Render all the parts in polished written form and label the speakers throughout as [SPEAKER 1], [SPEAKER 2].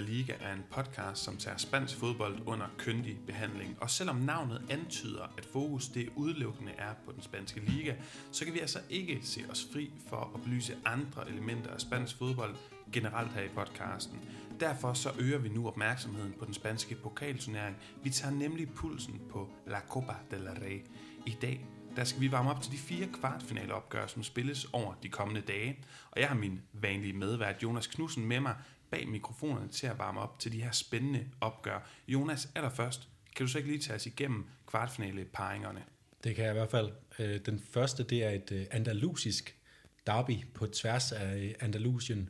[SPEAKER 1] Liga er en podcast, som tager spansk fodbold under kyndig behandling. Og selvom navnet antyder, at fokus det udelukkende er på den spanske liga, så kan vi altså ikke se os fri for at belyse andre elementer af spansk fodbold generelt her i podcasten. Derfor så øger vi nu opmærksomheden på den spanske pokalturnering. Vi tager nemlig pulsen på La Copa del Rey. I dag der skal vi varme op til de 4 kvartfinaleopgør, som spilles over de kommende dage. Og jeg har min vanlige medvært Jonas Knudsen med mig bag mikrofonerne til at varme op til de her spændende opgør. Jonas, allerførst, kan du så ikke lige tage os igennem kvartfinaleparingerne?
[SPEAKER 2] Det kan jeg i hvert fald. Den første, det er et andalusisk derby på tværs af Andalusien.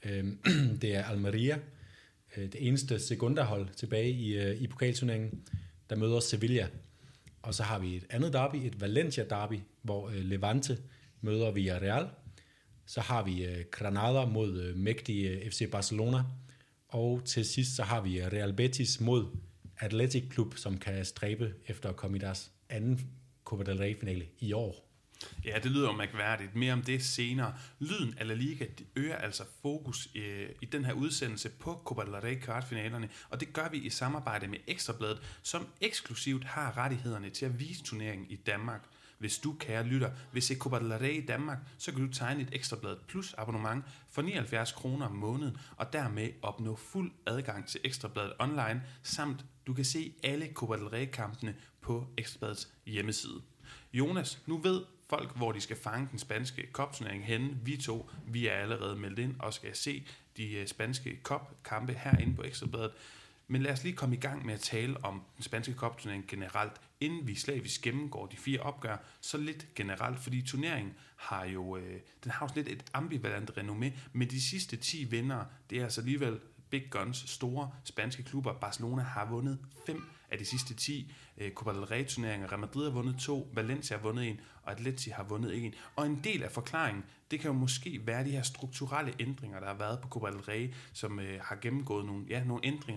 [SPEAKER 2] Det er Almeria, det eneste sekundahold tilbage i pokalturneringen, der møder Sevilla. Og så har vi et andet derby, et Valencia-derby, hvor Levante møder Villarreal. Så har vi Granada mod mægtige FC Barcelona. Og til sidst så har vi Real Betis mod Athletic Club, som kan stræbe efter at komme i deres anden Copa del Rey-finale i år.
[SPEAKER 1] Ja, det lyder jo mærkværdigt. Mere om det senere. Lyden af La Liga øger altså fokus i den her udsendelse på Copa del Rey kvartfinalerne, og det gør vi i samarbejde med Ekstrabladet, som eksklusivt har rettighederne til at vise turneringen i Danmark. Hvis du, kære lytter, vil se Copa del Rey i Danmark, så kan du tegne et Ekstrabladet Plus abonnement for 79 kroner om måneden, og dermed opnå fuld adgang til Ekstrabladet online, samt du kan se alle Copa del Rey-kampene på Ekstrabladets hjemmeside. Jonas, nu ved folk, hvor de skal fange den spanske cupturnering henne. Vi er allerede meldt ind og skal se de spanske cup-kampe herinde på Ekstrabladet. Men lad os lige komme i gang med at tale om den spanske cupturnering generelt, inden vi slavisk gennemgår de 4 opgør, så lidt generelt, fordi turneringen har jo den har også lidt et ambivalent renommé, men de sidste 10 vindere, det er altså alligevel Big Guns, store spanske klubber. Barcelona har vundet 5 af de sidste 10 Copa del Rey-turneringer. Real Madrid har vundet 2, Valencia har vundet 1, og Atleti har vundet 1. Og en del af forklaringen, det kan jo måske være de her strukturelle ændringer, der har været på Copa del Rey, som har gennemgået nogle ændringer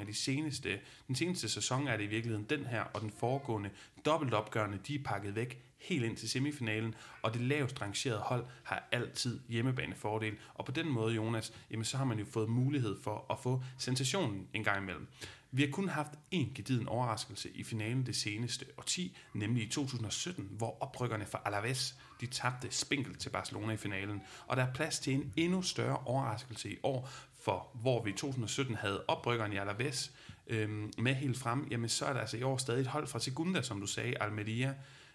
[SPEAKER 1] den seneste sæson er det i virkeligheden den her, og den foregående dobbeltopgørende, de er pakket væk helt ind til semifinalen, og det lavest rangerede hold har altid hjemmebanefordel. Og på den måde, Jonas, jamen, så har man jo fået mulighed for at få sensationen en gang imellem. Vi har kun haft en gediden overraskelse i finalen det seneste årti, nemlig i 2017, hvor oprykkerne fra Alaves, de tabte spinkelt til Barcelona i finalen. Og der er plads til en endnu større overraskelse i år, for hvor vi i 2017 havde oprykkerne i Alaves med helt frem, jamen så er der altså i år stadig et hold fra Segunda, som du sagde, Almeria,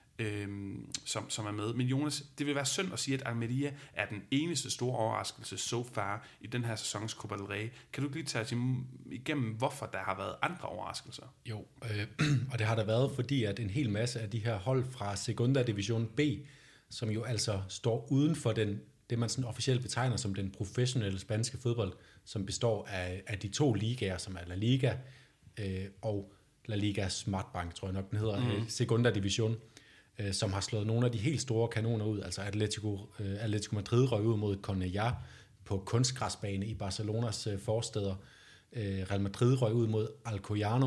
[SPEAKER 1] som er med. Men Jonas, det vil være synd at sige, at Almeria er den eneste store overraskelse so far i den her sæsons Copa del Rey. Kan du lige tage os igennem, hvorfor der har været andre overraskelser?
[SPEAKER 2] Jo, og det har der været, fordi at en hel masse af de her hold fra Segunda Division B, som jo altså står uden for det man sådan officielt betegner som den professionelle spanske fodbold, som består af de 2 ligaer, som er La Liga og La Liga Smartbank, tror jeg nok den hedder, Segunda Division, som har slået nogle af de helt store kanoner ud. Altså Atletico Madrid røg ud mod Cornellà på kunstgræsbane i Barcelonas forstæder. Real Madrid røg ud mod Alcoyano.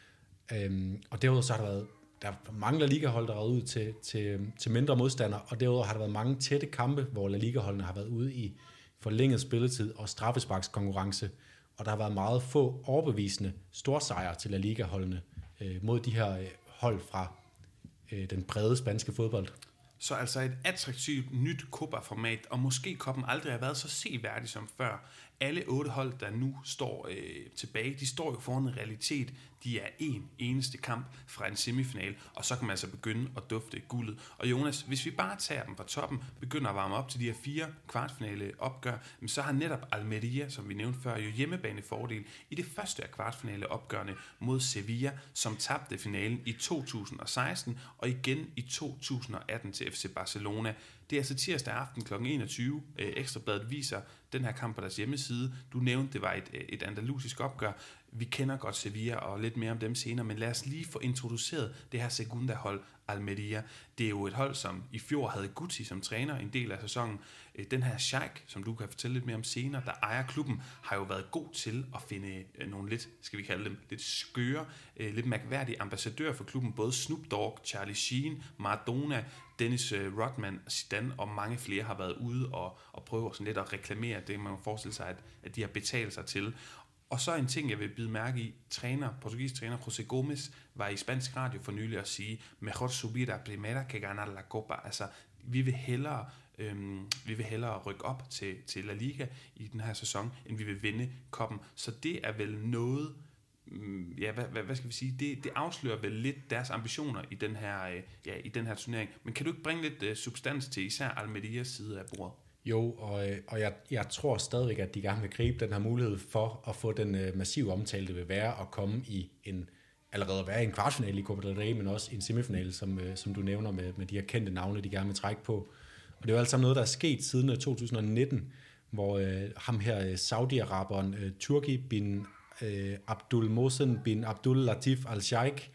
[SPEAKER 2] Og derudover så har der mange La Liga-hold, der har været ud til mindre modstandere, og derudover har der været mange tætte kampe, hvor La Liga-holdene har været ude i forlænget spilletid og straffesparkskonkurrence, og der har været meget få overbevisende storsejre til La Liga-holdene mod de her hold fra den brede spanske fodbold.
[SPEAKER 1] Så altså et attraktivt nyt Copa-format, og måske Coppen aldrig har været så seværdig som før. Alle 8 hold, der nu står tilbage, de står jo foran en realitet. De er en eneste kamp fra en semifinal, og så kan man altså begynde at dufte guldet. Og Jonas, hvis vi bare tager dem fra toppen, begynder at varme op til de her 4 kvartfinale opgør, så har netop Almeria, som vi nævnte før, jo hjemmebanefordel i det første af kvartfinale opgørende mod Sevilla, som tabte finalen i 2016 og igen i 2018 til FC Barcelona. Det er altså tirsdag aften kl. 21. Ekstrabladet viser den her kamp på deres hjemmeside. Du nævnte, det var et andalusisk opgør. Vi kender godt Sevilla og lidt mere om dem senere, men lad os lige få introduceret det her Segunda-hold Almeria. Det er jo et hold, som i fjor havde Guti som træner en del af sæsonen. Den her Sheikh, som du kan fortælle lidt mere om senere, der ejer klubben, har jo været god til at finde nogle lidt, skal vi kalde dem, lidt skøre, lidt mærkværdige ambassadører for klubben. Både Snoop Dogg, Charlie Sheen, Maradona, Dennis Rodman, Zidane og mange flere har været ude og prøve sådan lidt at reklamere det, man kan forestille sig, at de har betalt sig til. Og så en ting, jeg vil bide mærke i, portugisisk træner José Gomes var i spansk radio for nylig at sige, mejor subir a primera que ganar la copa. Altså, vi vil hellere rykke op til La Liga i den her sæson, end vi vil vinde koppen. Så det er vel noget, ja, hvad skal vi sige, det afslører vel lidt deres ambitioner i den her turnering. Men kan du ikke bringe lidt substans til især Almerias side af bordet?
[SPEAKER 2] Jo, og jeg tror stadigvæk, at de gerne vil gribe den her mulighed for at få den massive omtale, det vil være at komme i allerede være i en kvartfinale i Copa del Rey, men også i en semifinale, som du nævner med de her kendte navne, de gerne vil trække på. Og det er jo altså noget, der er sket siden 2019, hvor ham her Saudi-Araberen Turki bin Abdul Mohsen bin Abdul Latif Al-Sheikh,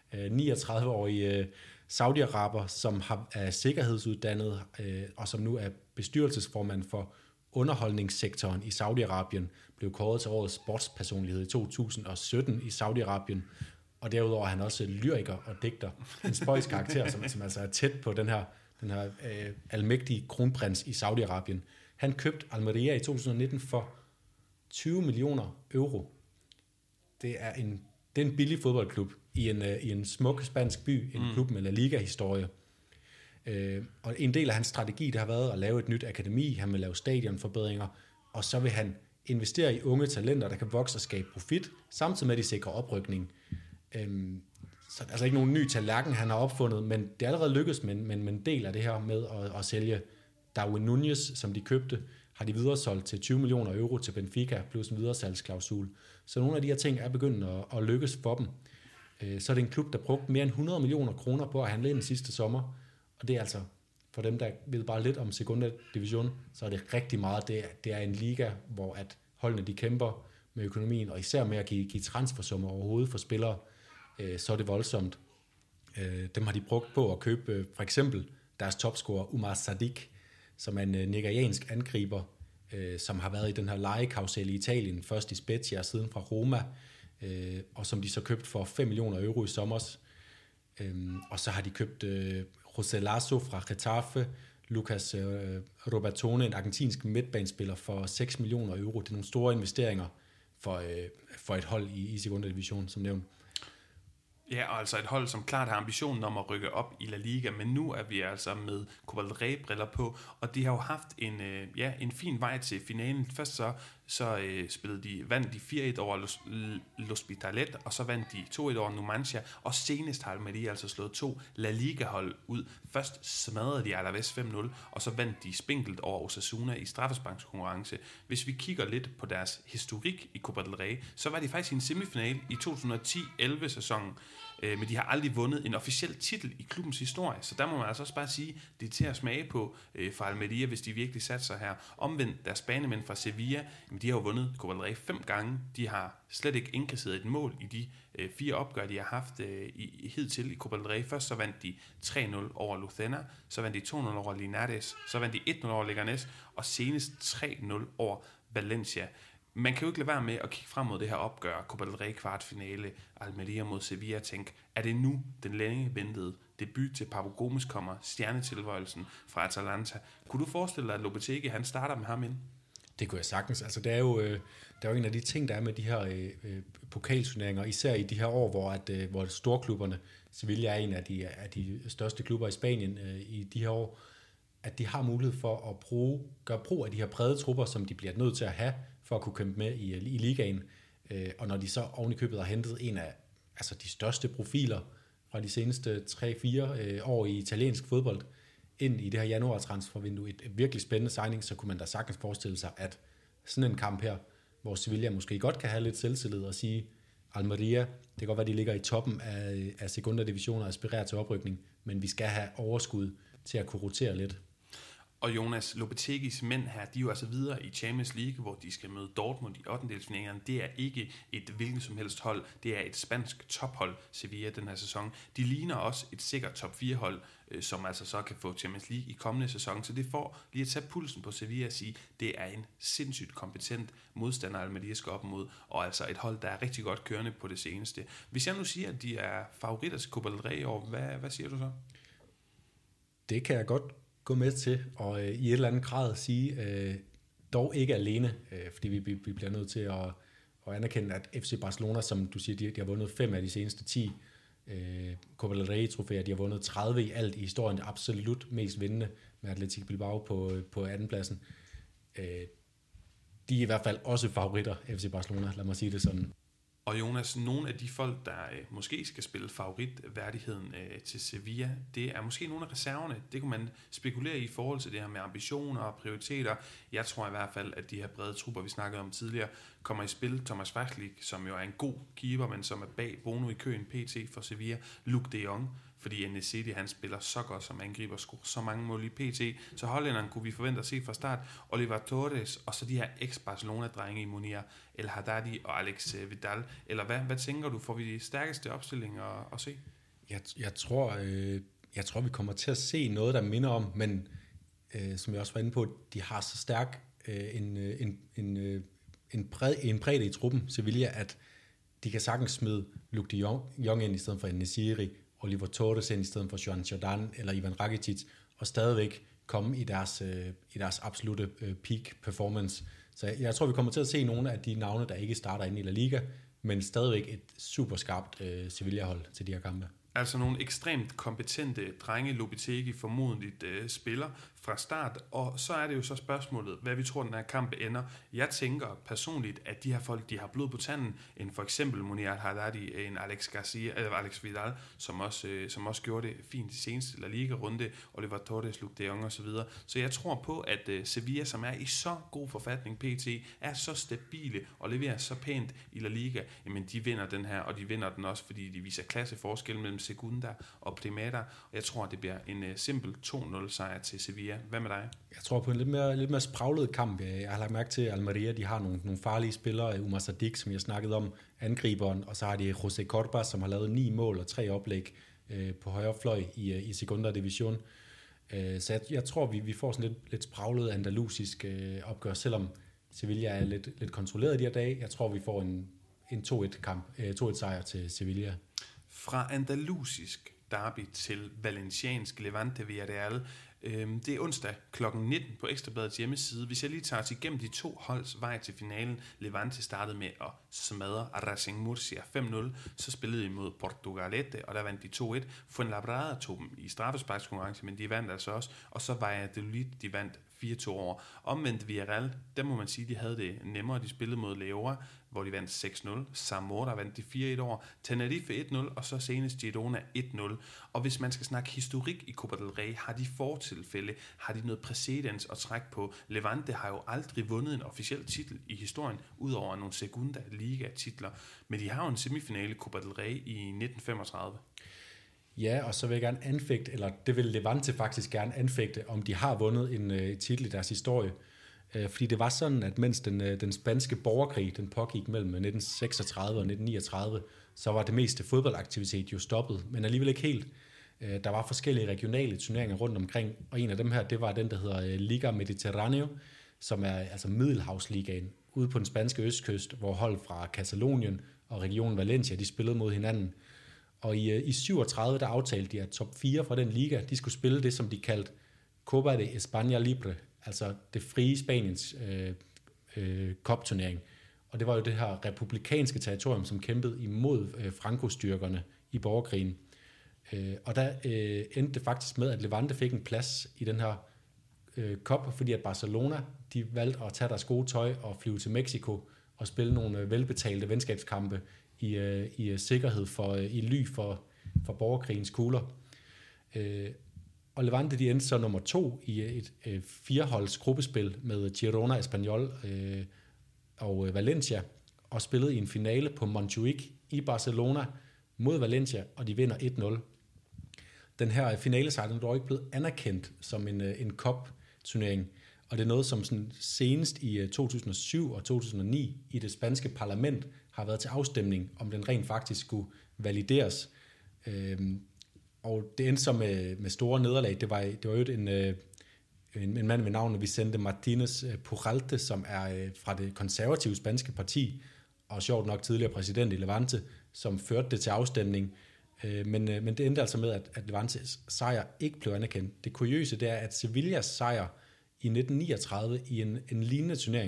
[SPEAKER 2] 39-årig Saudi-Araber, som er sikkerhedsuddannet og som nu er bestyrelsesformand for underholdningssektoren i Saudi-Arabien, blev kåret til årets sportspersonlighed i 2017 i Saudi-Arabien. Og derudover er han også lyriker og digter. En spøjs karakter, som altså er tæt på den her almægtige kronprins i Saudi-Arabien. Han købte Almeria i 2019 for 20 millioner euro. Det er en billig fodboldklub i en smuk spansk by, en klub med La Liga-historie. Og en del af hans strategi, det har været at lave et nyt akademi, han vil lave stadionforbedringer, og så vil han investere i unge talenter, der kan vokse og skabe profit, samtidig med at de sikrer oprykning. Så altså ikke nogen ny tallerken, han har opfundet, men det er allerede lykkedes med en del af det her med at sælge Darwin Núñez, som de købte, har de videresolgt til 20 millioner euro til Benfica, plus en videresalgsklausul. Så nogle af de her ting er begyndt at lykkes for dem. Så er det en klub, der brugte mere end 100 millioner kroner på at handle ind sidste sommer, og det er altså, for dem, der ved bare lidt om Segunda Division, så er det rigtig meget. Det er en liga, hvor at holdene de kæmper med økonomien, og især med at give transfersummer overhovedet for spillere, så er det voldsomt. Dem har de brugt på at købe for eksempel deres topscorer Umar Sadiq, som er en nigeriansk angriber, som har været i den her lejekarusel i Italien, først i Spezia og siden fra Roma, og som de så købt for 5 millioner euro i sommers. Og så har de købt José Lasso fra Getafe, Lucas Robertone, en argentinsk midtbanespiller, for 6 millioner euro. Det er nogle store investeringer for et hold i Segunda Division, som nævnt.
[SPEAKER 1] Ja, og altså et hold, som klart har ambitionen om at rykke op i La Liga, men nu er vi altså med Copa del Rey-briller på, og de har jo haft en fin vej til finalen. Først så vandt de 4-1 over L'Hospitalet, og så vandt de 2-1 over Numancia, og senest har Almeria altså slået 2 La Liga-hold ud. Først smadrede de Alaves 5-0, og så vandt de spinkelt over Osasuna i straffesparkskonkurrence. Hvis vi kigger lidt på deres historik i Copa del Rey, så var de faktisk i en semifinal i 2010-11 sæsonen, men de har aldrig vundet en officiel titel i klubbens historie, så der må man altså også bare sige, det er til at smage på for Almeria, hvis de virkelig satser her. Omvendt deres banemænd fra Sevilla, de har jo vundet Copa del Rey 5 gange, de har slet ikke indkasseret et mål i de 4 opgør, de har haft hidtil i Copa del Rey. Først så vandt de 3-0 over Lucena, så vandt de 2-0 over Linares, så vandt de 1-0 over Leganés, og senest 3-0 over Valencia. Man kan jo ikke lade være med at kigge frem mod det her opgør, Copa del Rey kvartfinale, Almeria mod Sevilla, og tænke, er det nu den længe ventede debut til Papu Gomes kommer, stjernetilvøjelsen fra Atalanta? Kunne du forestille dig, at Lopetegi, han starter med ham ind?
[SPEAKER 2] Det kunne jeg sagtens. Altså, det er jo en af de ting, der er med de her pokalturneringer, især i de her år, hvor storklubberne, Sevilla er en af de største klubber i Spanien i de her år, at de har mulighed for at gøre brug af de her brede trupper, som de bliver nødt til at have, for at kunne kæmpe med i ligaen. Og når de så oven i købet har hentet en af de største profiler fra de seneste 3-4 år i italiensk fodbold, ind i det her januar-transfervindue, et virkelig spændende signing, så kunne man da sagtens forestille sig, at sådan en kamp her, hvor Sevilla måske godt kan have lidt selvtillid og sige, Almeria, det kan godt være, de ligger i toppen af Segunda Division og aspirerer til oprykning, men vi skal have overskud til at kunne rotere lidt.
[SPEAKER 1] Og Jonas, Lopetegis mænd her, de er jo altså videre i Champions League, hvor de skal møde Dortmund i 8. Det er ikke et hvilket som helst hold. Det er et spansk tophold, Sevilla, den her sæson. De ligner også et sikkert top 4-hold, som altså så kan få Champions League i kommende sæson. Så det får lige at tage pulsen på Sevilla og sige, det er en sindssygt kompetent modstander, Almeria skal op mod, og altså et hold, der er rigtig godt kørende på det seneste. Hvis jeg nu siger, at de er favoritter til Copa del Rey i år, hvad siger du så?
[SPEAKER 2] Det kan jeg godt gå med til, og i et eller andet grad sige, dog ikke alene, fordi vi bliver nødt til og anerkende, at FC Barcelona, som du siger, de har vundet 5 af de seneste 10 Copa del Rey-trofæer, de har vundet 30 i alt i historien, det absolut mest vindende med Athletic Bilbao på andenpladsen. De er i hvert fald også favoritter, FC Barcelona, lad mig sige det sådan.
[SPEAKER 1] Og Jonas, nogle af de folk, der måske skal spille favoritværdigheden til Sevilla, det er måske nogle af reserverne. Det kunne man spekulere i forhold til det her med ambitioner og prioriteter. Jeg tror i hvert fald, at de her brede trupper, vi snakkede om tidligere, kommer i spil. Thomas Vachlik, som jo er en god keeper, men som er bag Bono i køen PT for Sevilla. Luke de Jong, fordi Nesiri, han spiller så godt som angriber, scorer så mange mål i PT. Så hollænderen kunne vi forvente at se fra start. Oliver Torres, og så de her ex-Barcelona-drenge i Munir El Haddadi og Alex Vidal. Eller hvad tænker du? Får vi de stærkeste opstillinger at se?
[SPEAKER 2] Jeg tror, vi kommer til at se noget, der minder om, men som jeg også var inde på, de har så stærk en bredde i truppen, Sevilla, at de kan sagtens smide Luke de Jong ind i stedet for Nesiri, Oliver Torres ind i stedet for Joan Jordan eller Ivan Rakitic, og stadigvæk komme i deres absolute peak performance. Så jeg tror, vi kommer til at se nogle af de navne, der ikke starter inde i La Liga, men stadigvæk et super skarpt Sevilla-hold til de her kampe.
[SPEAKER 1] Altså nogle ekstremt kompetente drenge, Lopetegui formodentligt spiller fra start, og så er det jo så spørgsmålet, hvad vi tror, den her kamp ender. Jeg tænker personligt, at de her folk, de har blod på tanden, end for eksempel Munir Haddadi, en Alex Vidal, som også gjorde det fint i seneste La Liga-runde, Oliver Torres, Luke de Jong og så videre. Så jeg tror på, at Sevilla, som er i så god forfatning pt, er så stabile og leverer så pænt i La Liga, jamen de vinder den her, og de vinder den også, fordi de viser klasseforskel mellem Segunda og Primera, og jeg tror, det bliver en simpel 2-0 sejr til Sevilla. Hvad med dig?
[SPEAKER 2] Jeg tror på en lidt mere spraglet kamp. Jeg har lagt mærke til, at Almeria, de har nogle farlige spillere, Umar Sadiq, som jeg snakkede om, angriberen, og så har de José Corba, som har lavet 9 mål og 3 oplæg på højre fløj i Segunda Division. Så jeg tror, vi får sådan lidt spraglet andalusisk opgør, selvom Sevilla er lidt kontrolleret de her dage. Jeg tror, vi får en 2-1 sejr til Sevilla.
[SPEAKER 1] Fra andalusisk derby til valenciansk Levante Villarreal. Det er onsdag kl. 19 på Ekstrabladets hjemmeside. Hvis jeg lige tager os igennem de to holds vej til finalen. Levante startede med at smadre Racing Murcia 5-0. Så spillede de mod Portugalete, og der vandt de 2-1. Fuenlabrada tog dem i straffesparkskonkurrence, men de vandt altså også. Og så Valladolid, de vandt 4-2 over. Omvendt Villarreal, der må man sige, de havde det nemmere. De spillede mod Leora, hvor de vandt 6-0. Zamora vandt de 4-1 over. Tenerife 1-0, og så senest Girona 1-0. Og hvis man skal snakke historik i Copa del Rey, har de fortilfælde, har de noget præcedens at trække på. Levante har jo aldrig vundet en officiel titel i historien, udover nogle Segunda Liga-titler. Men de har jo en semifinale Copa del Rey i 1935.
[SPEAKER 2] Ja, og så vil jeg gerne anfægte, eller det vil Levante faktisk gerne anfægte, om de har vundet en titel i deres historie. Fordi det var sådan, at mens den spanske borgerkrig, den pågik mellem 1936 og 1939, så var det meste fodboldaktivitet jo stoppet, men alligevel ikke helt. Der var forskellige regionale turneringer rundt omkring, og en af dem her, det var den, der hedder Liga Mediterráneo, som er altså Middelhavsligaen, ude på den spanske østkyst, hvor hold fra Katalonien og regionen Valencia, de spillede mod hinanden. Og i 37, der aftalte de, at top 4 fra den liga, de skulle spille det, som de kaldte Copa de España Libre, altså det frie Spaniens cup-turnering. Og det var jo det her republikanske territorium, som kæmpede imod Franco-styrkerne i borgerkrigen. Og der endte det faktisk med, at Levante fik en plads i den her cup, fordi at Barcelona, de valgte at tage deres gode tøj og flyve til Mexico og spille nogle velbetalte venskabskampe i sikkerhed i ly for borgerkrigens kugler. Og Levante, de endte så nummer 2 i et 4-holds gruppespil med Girona, Espanyol og Valencia, og spillede i en finale på Montjuic i Barcelona mod Valencia, og de vinder 1-0. Den her finalesejr, den er dog ikke blevet anerkendt som en cup-turnering, og det er noget, som sådan senest i 2007 og 2009 i det spanske parlament har været til afstemning, om den rent faktisk skulle valideres. Og det endte så med store nederlag. Det var jo en mand ved navnet Vicente Martínez Pujante, som er fra det konservative spanske parti, og sjovt nok tidligere præsident i Levante, som førte det til afstemning. Men det endte altså med, at Levantes sejr ikke blev anerkendt. Det kuriøse, det er, at Sevillas sejr i 1939 i en lignende turnering,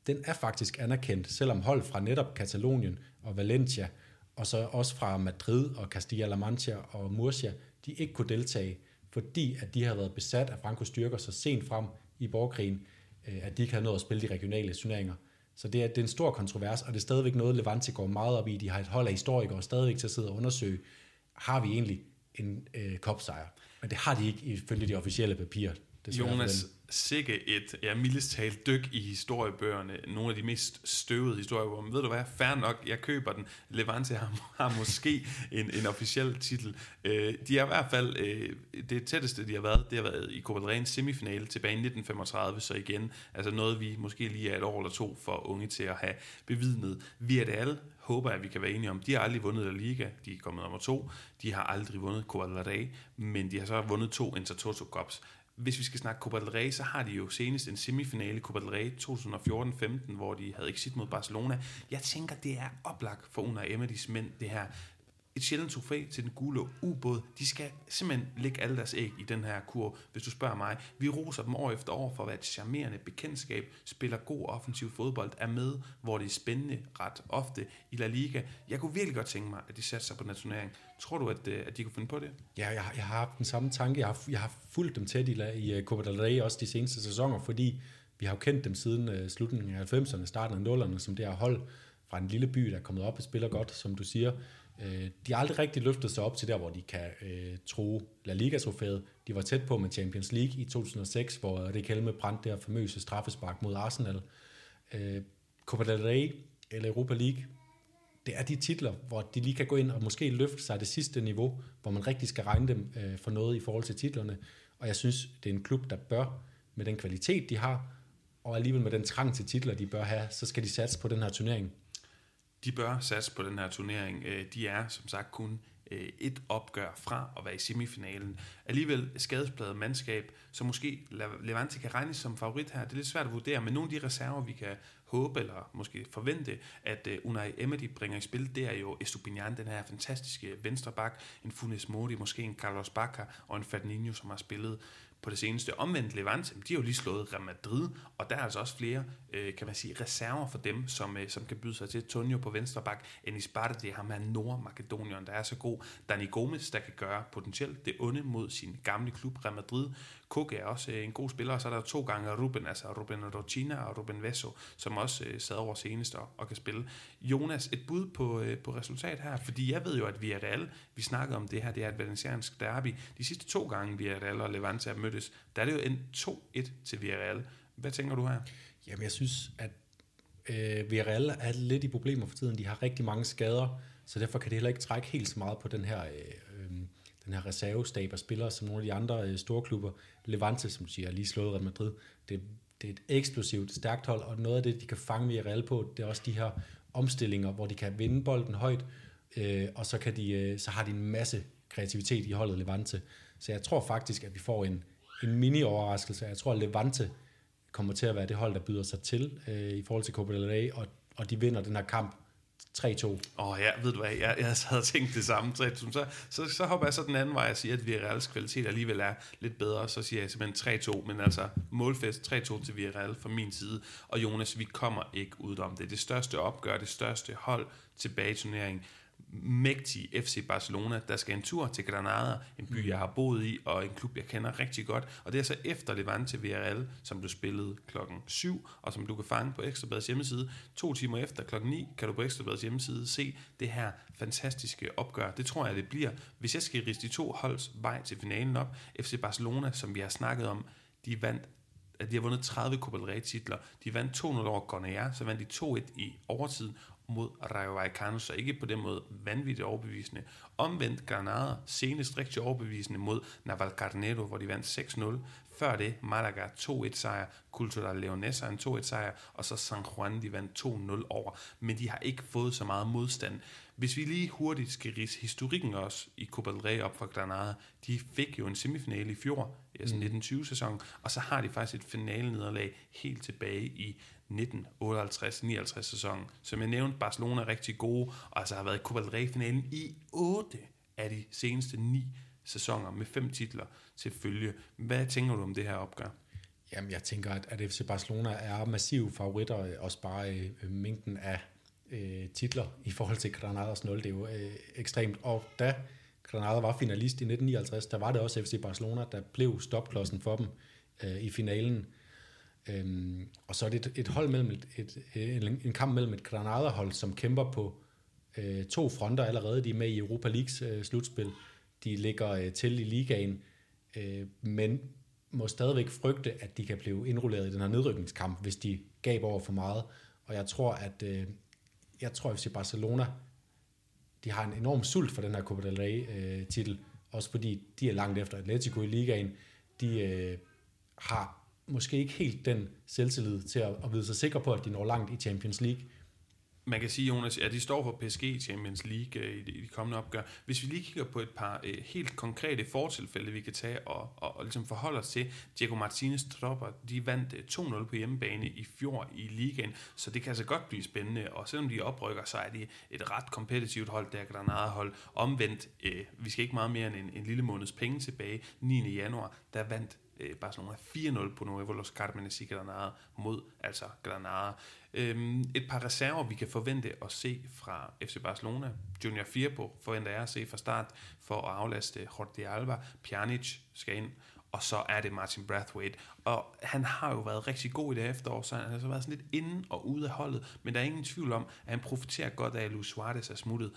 [SPEAKER 2] den er faktisk anerkendt, selvom hold fra netop Katalonien og Valencia, og så også fra Madrid og Castilla-La Mancha og Murcia, de ikke kunne deltage, fordi at de har været besat af Francos styrker så sent frem i borgerkrigen, at de ikke havde nået at spille de regionale turneringer. Så det er en stor kontrovers, og det er stadigvæk noget, Levante går meget op i. De har et hold af historikere stadigvæk til at sidde og undersøge, har vi egentlig en cupsejr? Men det har de ikke ifølge de officielle papirer.
[SPEAKER 1] Jonas, sikke et mildest talt dyk i historiebøgerne. Nogle af de mest støvede historiebøger. Men ved du hvad? Fair nok, jeg køber den. Levante har måske en officiel titel. De har i hvert fald, det tætteste de har været, det har været i Copa del Rey semifinale tilbage i 1935, så igen, altså noget vi måske lige er et år eller to for unge til at have bevidnet. Villarreal håber jeg, at vi kan være enige om. De har aldrig vundet La Liga, de er kommet nummer 2. De har aldrig vundet Copa del Rey, men de har så vundet 2 Intertoto Cups. Hvis vi skal snakke Copa del Rey, så har de jo senest en semifinale i Copa del Rey 2014-15, hvor de havde exit mod Barcelona. Jeg tænker, det er oplagt for Unai Emerys mænd, det her. Et sjældent trofæ til den gule ubåd. De skal simpelthen lægge alle deres æg i den her kurv, hvis du spørger mig. Vi roser dem år efter år for at være et charmerende bekendtskab, spiller god offensiv fodbold, er med, hvor det er spændende ret ofte i La Liga. Jeg kunne virkelig godt tænke mig, at de satte sig på den her turnering. Tror du, at de kunne finde på det?
[SPEAKER 2] Ja, jeg har haft den samme tanke. Jeg har fulgt dem tæt i Copa del Rey også de seneste sæsoner, fordi vi har jo kendt dem siden slutningen af 90'erne, starten af 0'erne, som det her hold fra en lille by, der er kommet op og spiller godt, som du siger. De har aldrig rigtig løftet sig op til der, hvor de kan true La Liga-trofæet. De var tæt på med Champions League i 2006, hvor Riquelme brændte det her famøse straffespark mod Arsenal. Copa del Rey eller Europa League, det er de titler, hvor de lige kan gå ind og måske løfte sig det sidste niveau, hvor man rigtig skal regne dem for noget i forhold til titlerne. Og jeg synes, det er en klub, der bør, med den kvalitet, de har, og alligevel med den trang til titler, de bør have, så skal de satse på den her turnering.
[SPEAKER 1] De bør satse på den her turnering. De er, som sagt, kun et opgør fra at være i semifinalen. Alligevel skadespladet mandskab, så måske Levante kan regnes som favorit her. Det er lidt svært at vurdere, men nogle af de reserver, vi kan håbe eller måske forvente, at Unai Emery bringer i spil, det er jo Estupiñán, den her fantastiske venstreback, en Funes Mori, måske en Carlos Bacca og en Fernandinho, som har spillet på det seneste. Omvendt Levante, de har jo lige slået Real Madrid, og der er altså også flere, kan man sige, reserver for dem, som kan byde sig til. Tonio på venstreback, Enis Bardi, ham her Nordmakedonien, der er så god. Dani Gomes, der kan gøre potentielt det onde mod sin gamle klub Real Madrid. Koke er også en god spiller, og så er der 2 gange Ruben Rochina og Ruben Vesso, som også sad over senest og kan spille. Jonas, et bud på resultat her, fordi jeg ved jo, at Villarreal, vi snakkede om det her, det er et valenciansk derby. De sidste 2 gange Villarreal og Levante er mødtes, der er det jo en 2-1 til Villarreal. Hvad tænker du her?
[SPEAKER 2] Jamen, jeg synes, at Villarreal er lidt i problemer for tiden. De har rigtig mange skader, så derfor kan det heller ikke trække helt så meget på den her reservestab af spillere, som nogle af de andre store klubber. Levante, som siger, lige slået Real Madrid. Det er et eksplosivt, stærkt hold, og noget af det, de kan fange Villarreal på, det er også de her omstillinger, hvor de kan vinde bolden højt, og så har de en masse kreativitet i holdet Levante. Så jeg tror faktisk, at vi får en mini-overraskelse. Jeg tror, at Levante kommer til at være det hold, der byder sig til i forhold til Copa del Rey, og de vinder den her kamp 3-2.
[SPEAKER 1] Ja, ved du hvad, jeg havde tænkt det samme. 3-2. Så hopper jeg så den anden vej og siger, at Villarreals kvalitet alligevel er lidt bedre, så siger jeg simpelthen 3-2, men altså målfest 3-2 til Villarreal fra min side. Og Jonas, vi kommer ikke ud om det. Det største opgør, det største hold tilbage i turneringen. Mægtig FC Barcelona, der skal en tur til Granada, en by, jeg har boet i, og en klub, jeg kender rigtig godt. Og det er så efter Levante Villarreal, som blev spillet klokken 7, og som du kan fange på Ekstrabladets hjemmeside. 2 timer efter klokken 9 kan du på Ekstrabladets hjemmeside se det her fantastiske opgør. Det tror jeg, det bliver. Hvis jeg skal riste de 2 holds vej til finalen op, FC Barcelona, som vi har snakket om, de har vundet 30 Copa del Rey titler. De vandt 2-0 over Cornellà, så vandt de 2-1 i overtiden mod Rayo Vallecano, så ikke på den måde vanvittigt overbevisende. Omvendt Granada, senest rigtig overbevisende mod Navalcarnero, hvor de vandt 6-0. Før det, Malaga 2-1 sejr, Cultural Leonesa en 2-1 sejr, og så San Juan, de vandt 2-0 over. Men de har ikke fået så meget modstand. Hvis vi lige hurtigt skal ridse historikken også i Copa del Rey op for Granada, de fik jo en semifinale i fjor, altså 1920-sæsonen, og så har de faktisk et finale-nederlag helt tilbage i 1958-59 sæsonen. Som jeg nævnte, Barcelona er rigtig gode, og altså har været i Copa del Rey-finalen i 8 af de seneste 9 sæsoner med 5 titler til følge. Hvad tænker du om det her opgør?
[SPEAKER 2] Jamen, jeg tænker, at FC Barcelona er massive favoritter, også bare mængden af titler i forhold til Granadas 0. Det er jo ekstremt. Og da Granada var finalist i 1959, der var det også FC Barcelona, der blev stopklodsen for dem i finalen. Og så er det et hold mellem en kamp mellem et Granada-hold, som kæmper på 2 fronter allerede. De er med i Europa Leagues slutspil. De ligger til i ligaen, men må stadigvæk frygte, at de kan blive indrulleret i den her nedrykningskamp, hvis de gav over for meget. Og jeg tror, at FC Barcelona, de har en enorm sult for den her Copa del Rey-titel, også fordi de er langt efter Atletico i ligaen. De har måske ikke helt den selvtillid til at vide sig sikre på, at de når langt i Champions League.
[SPEAKER 1] Man kan sige, Jonas, at de står for PSG i Champions League i de kommende opgør. Hvis vi lige kigger på et par helt konkrete fortilfælde, vi kan tage og ligesom forholde os til. Diego Martinez tropper, de vandt 2-0 på hjemmebane i fjor i ligaen, så det kan altså godt blive spændende. Og selvom de oprykker, så er de et ret kompetitivt hold, der Granada-hold. Omvendt, vi skal ikke meget mere end en lille måneds penge tilbage. 9. januar, der vandt Barcelona 4-0 på Nuevo Los Cármenes i Granada mod altså Granada. Et par reserver, vi kan forvente at se fra FC Barcelona. Junior Firpo forventer jeg at se fra start for at aflaste Jordi Alba. Pjanic skal ind, og så er det Martin Braithwaite. Og han har jo været rigtig god i det efterår, så han har altså været sådan lidt inde og ude af holdet, men der er ingen tvivl om, at han profiterer godt af, at Luis Suarez er smuttet.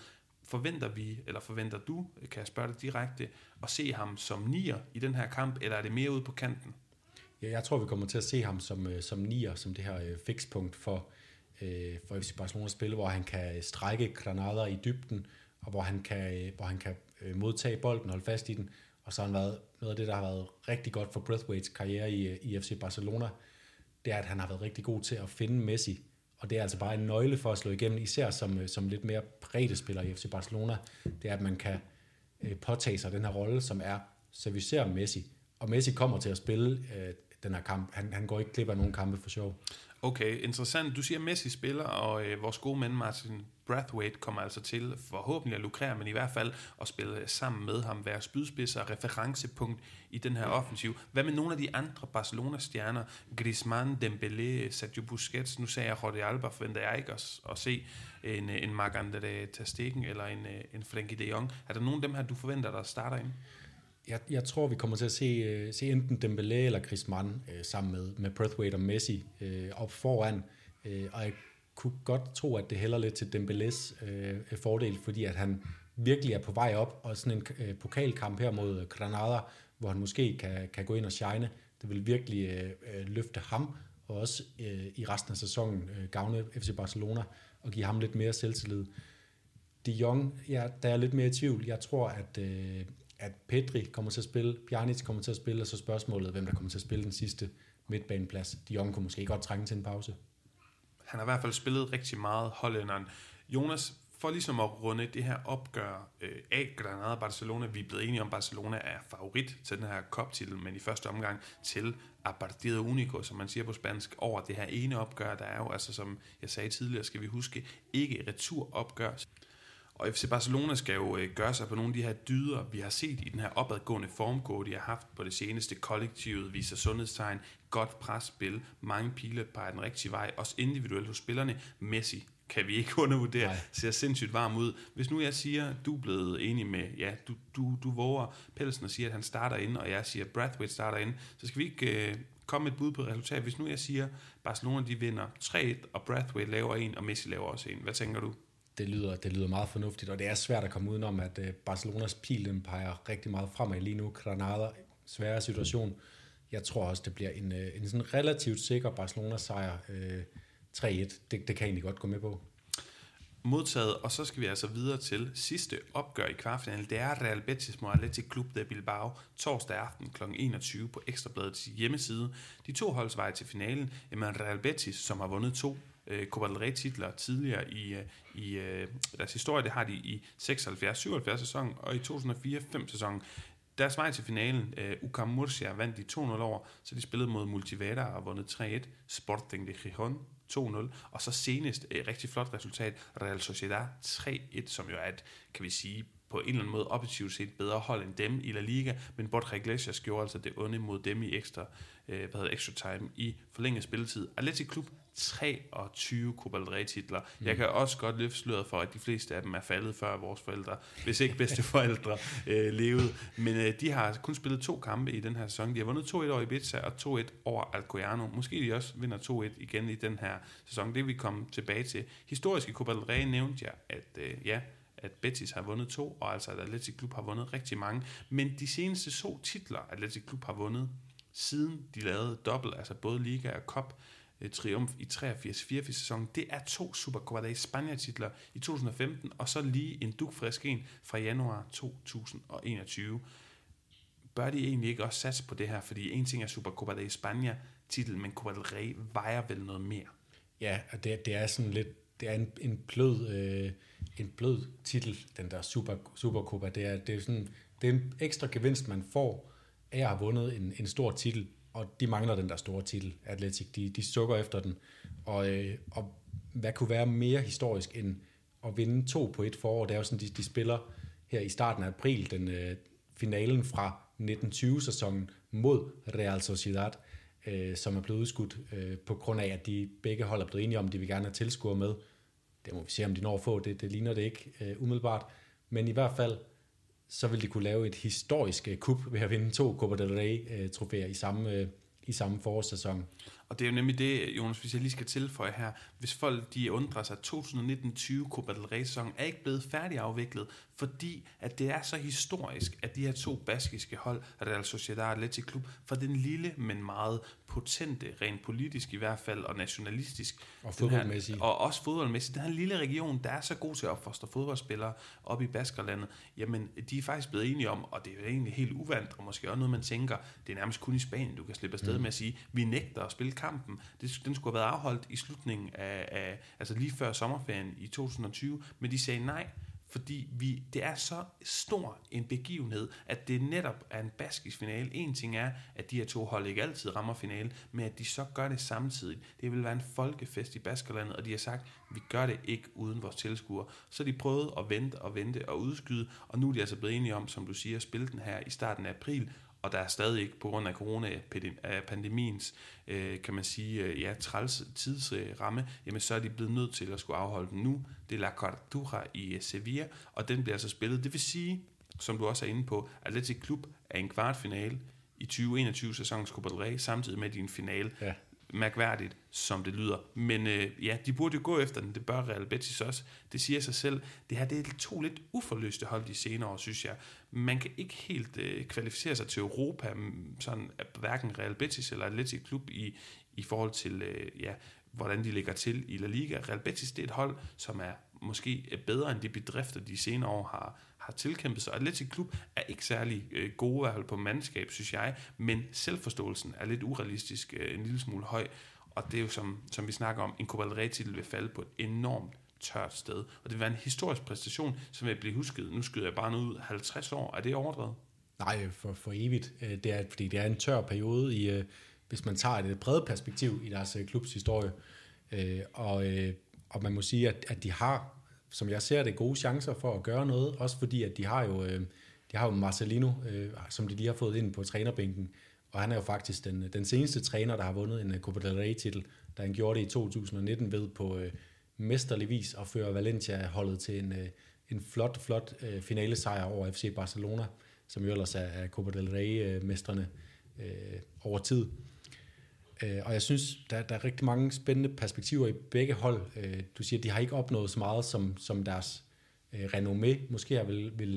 [SPEAKER 1] Forventer du, kan jeg spørge dig direkte, at se ham som nier i den her kamp, eller er det mere ude på kanten?
[SPEAKER 2] Ja, jeg tror, vi kommer til at se ham som nier, som det her fikspunkt for FC Barcelonas spil, hvor han kan strække Granada i dybden, og hvor han kan modtage bolden og holde fast i den. Og så har han været noget af det, der har været rigtig godt for Braithwaites karriere i FC Barcelona, det er, at han har været rigtig god til at finde Messi. Og det er altså bare en nøgle for at slå igennem, især som lidt mere bredde-spiller i FC Barcelona. Det er, at man kan påtage sig den her rolle, som er servicere Messi. Og Messi kommer til at spille den her kamp. Han går ikke glip af nogen kampe for sjov.
[SPEAKER 1] Okay, interessant. Du siger, Messi spiller, og vores gode mand Martin Braithwaite kommer altså til forhåbentlig at lukrere, men i hvert fald at spille sammen med ham, være spydspids og referencepunkt i den her offensiv. Hvad med nogle af de andre Barcelona-stjerner? Griezmann, Dembélé, Sergio Busquets. Nu sagde jeg Jordi Alba, forventer jeg ikke at se en Marc-André ter Stegen eller en Frenkie de Jong. Er der nogen af dem her, du forventer, der starter ind?
[SPEAKER 2] Jeg tror, vi kommer til at se enten Dembélé eller Griezmann sammen med Braithwaite og Messi op foran. Og jeg kunne godt tro, at det hælder lidt til Dembélés fordel, fordi at han virkelig er på vej op, og sådan en pokalkamp her mod Granada, hvor han måske kan gå ind og shine. Det vil virkelig løfte ham, og også i resten af sæsonen gavne FC Barcelona og give ham lidt mere selvtillid. De Jong, der er lidt mere i tvivl. Jeg tror, at Pedri kommer til at spille, Pjanic kommer til at spille, og så spørgsmålet, hvem der kommer til at spille den sidste midtbaneplads. De Jong kunne måske godt trænge til en pause.
[SPEAKER 1] Han har i hvert fald spillet rigtig meget, hollænderen. Jonas, for ligesom at runde det her opgør af Granada og Barcelona, vi er blevet enige om, Barcelona er favorit til den her cup-titel, men i første omgang til a partido único, som man siger på spansk, over det her ene opgør. Der er jo, altså som jeg sagde tidligere, skal vi huske, ikke returopgør. Og FC Barcelona skal jo gøre sig på nogle af de her dyder, vi har set i den her opadgående formgå, de har haft på det seneste. Kollektivet viser sundhedstegn, godt presspil, mange pile peger den rigtige vej, også individuelt hos spillerne. Messi kan vi ikke undervurdere, ser sindssygt varm ud. Hvis nu jeg siger, du er blevet enig med, ja, du våger pelsen og siger, at han starter ind, og jeg siger, at Braithwaite starter ind, så skal vi ikke komme et bud på resultat. Hvis nu jeg siger, at Barcelona de vinder 3-1, og Braithwaite laver en, og Messi laver også en. Hvad tænker du?
[SPEAKER 2] Det lyder meget fornuftigt, og det er svært at komme udenom, at Barcelonas pil den peger rigtig meget fremad lige nu. Granada, svær situation. Jeg tror også, det bliver en sådan relativt sikker Barcelona-sejr 3-1. Det kan jeg egentlig godt gå med på.
[SPEAKER 1] Modtaget, og så skal vi altså videre til sidste opgør i kvartfinalen. Det er Real Betis mod Athletic Club de Bilbao torsdag aften kl. 21 på Ekstrabladets hjemmeside. De to holds vej til finalen. Men Real Betis, som har vundet 2 Copa del Rey-titler tidligere i deres historie, det har de i 76-77 sæson og i 2004-5 sæson. Deres vej til finalen, UCAM Murcia vandt de 2-0 over, så de spillede mod Multiverda og vundet 3-1. Sporting de Gijón 2-0, og så senest rigtig flot resultat, Real Sociedad 3-1, som jo er et, kan vi sige, på en eller anden måde objektivt set bedre hold end dem i La Liga, men Borja Iglesias gjorde altså det onde mod dem i extra time i forlænget spilletid. Athletic Club 23 Copa del Rey titler. Jeg kan også godt løfte sløret for, at de fleste af dem er faldet før vores forældre, hvis ikke bedsteforældre levede. Men de har kun spillet 2 kampe i den her sæson. De har vundet 2-1 over Ibiza og 2-1 over Alcoyano. Måske de også vinder 2-1 igen i den her sæson. Det vil vi komme tilbage til. Historisk i Copa del Rey nævnte jeg, at Betis har vundet 2, og altså at Athletic Club har vundet rigtig mange. Men de seneste 2 titler, Athletic Club har vundet, siden de lavede dobbelt, altså både Liga og Cup, triumf i 83-84 sæsonen, det er 2 Supercopa de España titler i 2015, og så lige en dugfrisk en fra januar 2021. Bør de egentlig ikke også satse på det her, fordi en ting er Supercopa de España titel, men Copa del Rey vejer vel noget mere?
[SPEAKER 2] Ja, og det er sådan lidt, det er en blød titel, den der Supercopa. Det er en ekstra gevinst, man får af at have vundet en stor titel, og de mangler den der store titel, Athletic. De sukker efter den. Og hvad kunne være mere historisk end at vinde 2 på et forår? Det er jo sådan, de spiller her i starten af april, finalen fra 1920-sæsonen mod Real Sociedad, som er blevet udskudt på grund af, at de begge hold er blevet enige om, de vil gerne have tilskuere med. Det må vi se, om de når at få. Det ligner det ikke umiddelbart. Men i hvert fald, så vil de kunne lave et historisk kup ved at vinde 2 Copa del Rey-trofæer i samme forårssæson.
[SPEAKER 1] Og det er jo nemlig det, Jonas, hvis jeg lige skal tilføje her. Hvis folk de undrer sig, 2019-20 Copa del Rey-sæson er ikke blevet færdigafviklet, fordi at det er så historisk, at de her 2 baskiske hold, Real Sociedad og Athletic Club, for den lille, men meget potente, rent politisk i hvert fald, og nationalistisk.
[SPEAKER 2] Og fodboldmæssigt.
[SPEAKER 1] Og også fodboldmæssigt. Den her lille region, der er så god til at opfostre fodboldspillere op i Baskerlandet, jamen, de er faktisk blevet enige om, og det er jo egentlig helt uvandt, og måske også noget, man tænker, det er nærmest kun i Spanien, du kan slippe afsted med at sige, vi nægter at spille kampen. Den skulle have været afholdt i slutningen af altså lige før sommerferien i 2020, men de sagde nej, fordi det er så stor en begivenhed, at det netop er en baskisk finale. En ting er, at de her 2 hold ikke altid rammer finale, men at de så gør det samtidig. Det vil være en folkefest i Baskerlandet, og de har sagt, vi gør det ikke uden vores tilskuere. Så de prøvede at vente og udskyde, og nu er de altså blevet enige om, som du siger, at spille den her i starten af april, og der er stadig ikke, på grund af corona-pandemiens, kan man sige, træls tidsramme, jamen så er de blevet nødt til at skulle afholde den nu. Det er La Cartuja i Sevilla, og den bliver altså spillet. Det vil sige, som du også er inde på, Athletic Club er en kvartfinale i 2021-sæsonens Copa del Rey, samtidig med din finale. Ja. Mærkværdigt, som det lyder. Men de burde jo gå efter den. Det bør Real Betis også. Det siger sig selv. Det her, det er 2 lidt uforløste hold de senere år, synes jeg. Man kan ikke helt kvalificere sig til Europa, sådan hverken Real Betis eller Athletic Club i forhold til, hvordan de ligger til i La Liga. Real Betis, det er et hold, som er måske bedre end de bedrifter, de senere år har tilkæmpet sig. Athletic Club er ikke særlig gode i hvert fald på mandskab, synes jeg, men selvforståelsen er lidt urealistisk, en lille smule høj, og det er jo som vi snakker om, en Copa del Rey-titel vil falde på et enormt tørt sted, og det vil være en historisk præstation, som vil blive husket. Nu skyder jeg bare noget ud, 50 år, er det overdrevet?
[SPEAKER 2] Nej, for evigt. Det er, fordi det er en tør periode, hvis man tager et bredt perspektiv i deres klubs historie, og man må sige, at de har, som jeg ser det, gode chancer for at gøre noget, også fordi, at de har jo Marcelino, som de lige har fået ind på trænerbænken, og han er jo faktisk den seneste træner, der har vundet en Copa del Rey-titel, da han gjorde det i 2019 ved på mesterlig vis at føre Valencia-holdet til en flot finalesejr over FC Barcelona, som jo ellers er Copa del Rey-mestrene over tid. Og jeg synes, der er rigtig mange spændende perspektiver i begge hold. Du siger, at de har ikke opnået så meget, som deres renommé måske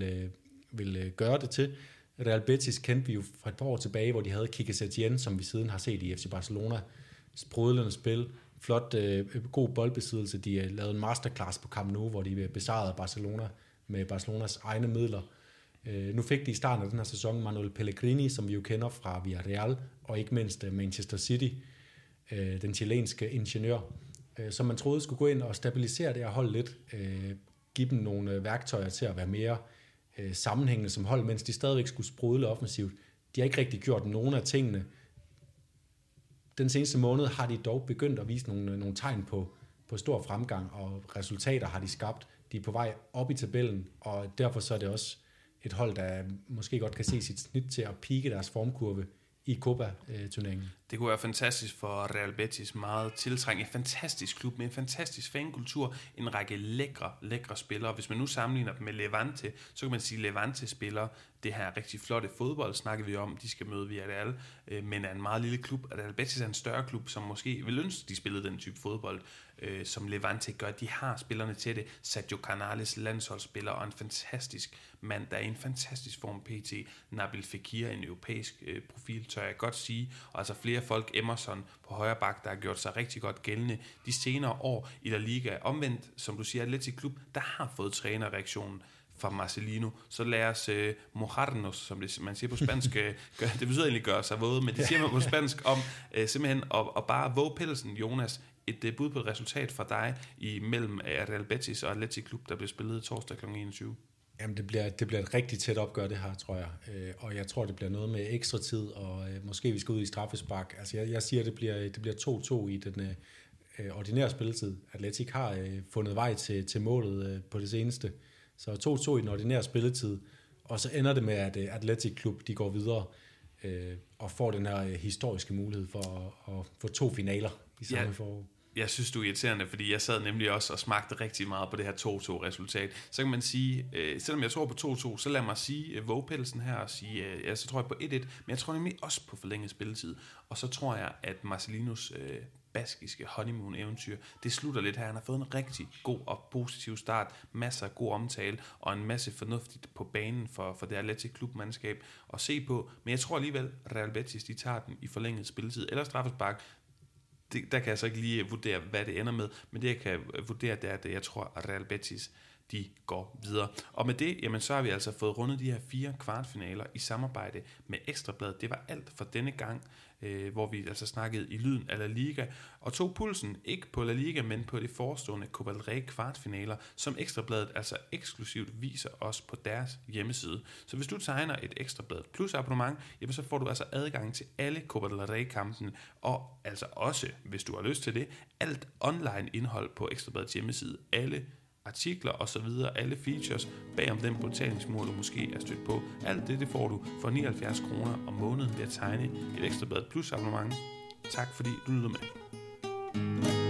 [SPEAKER 2] vil gøre det til. Real Betis kendte vi jo fra et par år tilbage, hvor de havde Quique Setién, som vi siden har set i FC Barcelona. Sprudlende spil, flot, god boldbesiddelse. De lavede en masterclass på Camp Nou, hvor de besejrede Barcelona med Barcelonas egne midler. Nu fik de i starten af den her sæson Manuel Pellegrini, som vi jo kender fra Villarreal, og ikke mindst Manchester City, den chilenske ingeniør, som man troede skulle gå ind og stabilisere det her hold lidt, give dem nogle værktøjer til at være mere sammenhængende som hold, mens de stadigvæk skulle sprudle offensivt. De har ikke rigtig gjort nogen af tingene. Den seneste måned har de dog begyndt at vise nogle tegn på stor fremgang, og resultater har de skabt. De er på vej op i tabellen, og derfor så er det også et hold, der måske godt kan se sit snit til at pike deres formkurve i Copa-turneringen.
[SPEAKER 1] Det kunne være fantastisk for Real Betis, meget tiltrængt. En fantastisk klub med en fantastisk fankultur, en række lækre spillere. Hvis man nu sammenligner dem med Levante, så kan man sige, at Levante spiller det her rigtig flotte fodbold, snakker vi om, de skal møde Villarreal, men er en meget lille klub. Real Betis er en større klub, som måske vil ønske, de spillede den type fodbold, som Levante gør. De har spillerne til det. Sergio Canales, landsholdsspiller, og en fantastisk mand, der er i en fantastisk form pt. Nabil Fekir, en europæisk profil, tør jeg godt sige. Og altså flere folk, Emerson på højre bak, der har gjort sig rigtig godt gældende de senere år i La Liga. Omvendt, som du siger, Athletic Klub, der har fået trænerreaktionen fra Marcelino, så lad os mojarnos, som man siger på spansk, det betyder egentlig gøre sig våde, men det siger man på spansk om simpelthen at bare våge pelsen, Jonas. Et bud på et resultat fra dig imellem Real Betis og Athletic Klub, der bliver spillet torsdag kl. 21.
[SPEAKER 2] Jamen, det bliver et rigtig tæt opgør, det her, tror jeg. Og jeg tror, det bliver noget med ekstra tid, og måske vi skal ud i straffespark. Altså, jeg siger, det bliver 2-2 i den ordinære spilletid. Athletic har fundet vej til målet på det seneste. Så 2-2 i den ordinære spilletid, og så ender det med, at Athletic Klub, de går videre og får den her historiske mulighed for at få 2 finaler i samme forår.
[SPEAKER 1] Jeg synes, du er irriterende, fordi jeg sad nemlig også og smagte rigtig meget på det her 2-2-resultat. Så kan man sige, selvom jeg tror på 2-2, så lad mig sige vågepelsen her og sige, så tror jeg på 1-1, men jeg tror nemlig også på forlænget spilletid. Og så tror jeg, at Marcelinos baskiske honeymoon-eventyr, det slutter lidt her. Han har fået en rigtig god og positiv start, masser af god omtale, og en masse fornuftigt på banen for det Athletic Klub-mandskab at se på. Men jeg tror alligevel, at Real Betis, de tager den i forlænget spilletid eller straffespark. Der kan jeg så ikke lige vurdere, hvad det ender med, men det jeg kan vurdere, det er, at jeg tror, at Real Betis, de går videre. Og med det, jamen, så har vi altså fået rundet de her 4 kvartfinaler i samarbejde med Ekstrabladet. Det var alt for denne gang, hvor vi altså snakkede i lyden af La Liga, og tog pulsen ikke på La Liga, men på det forestående Copa del Rey kvartfinaler, som Ekstrabladet altså eksklusivt viser os på deres hjemmeside. Så hvis du tegner et Ekstrabladet Plus abonnement, jamen, så får du altså adgang til alle Copa del Rey-kampene, og altså også, hvis du har lyst til det, alt online indhold på Ekstrabladets hjemmeside, alle artikler og så videre, alle features bag om den betalingsmur, du måske er stødt på. Alt det får du for 79 kroner om måneden ved at tegne et Ekstrabladet Plus abonnement. Tak fordi du lyttede med.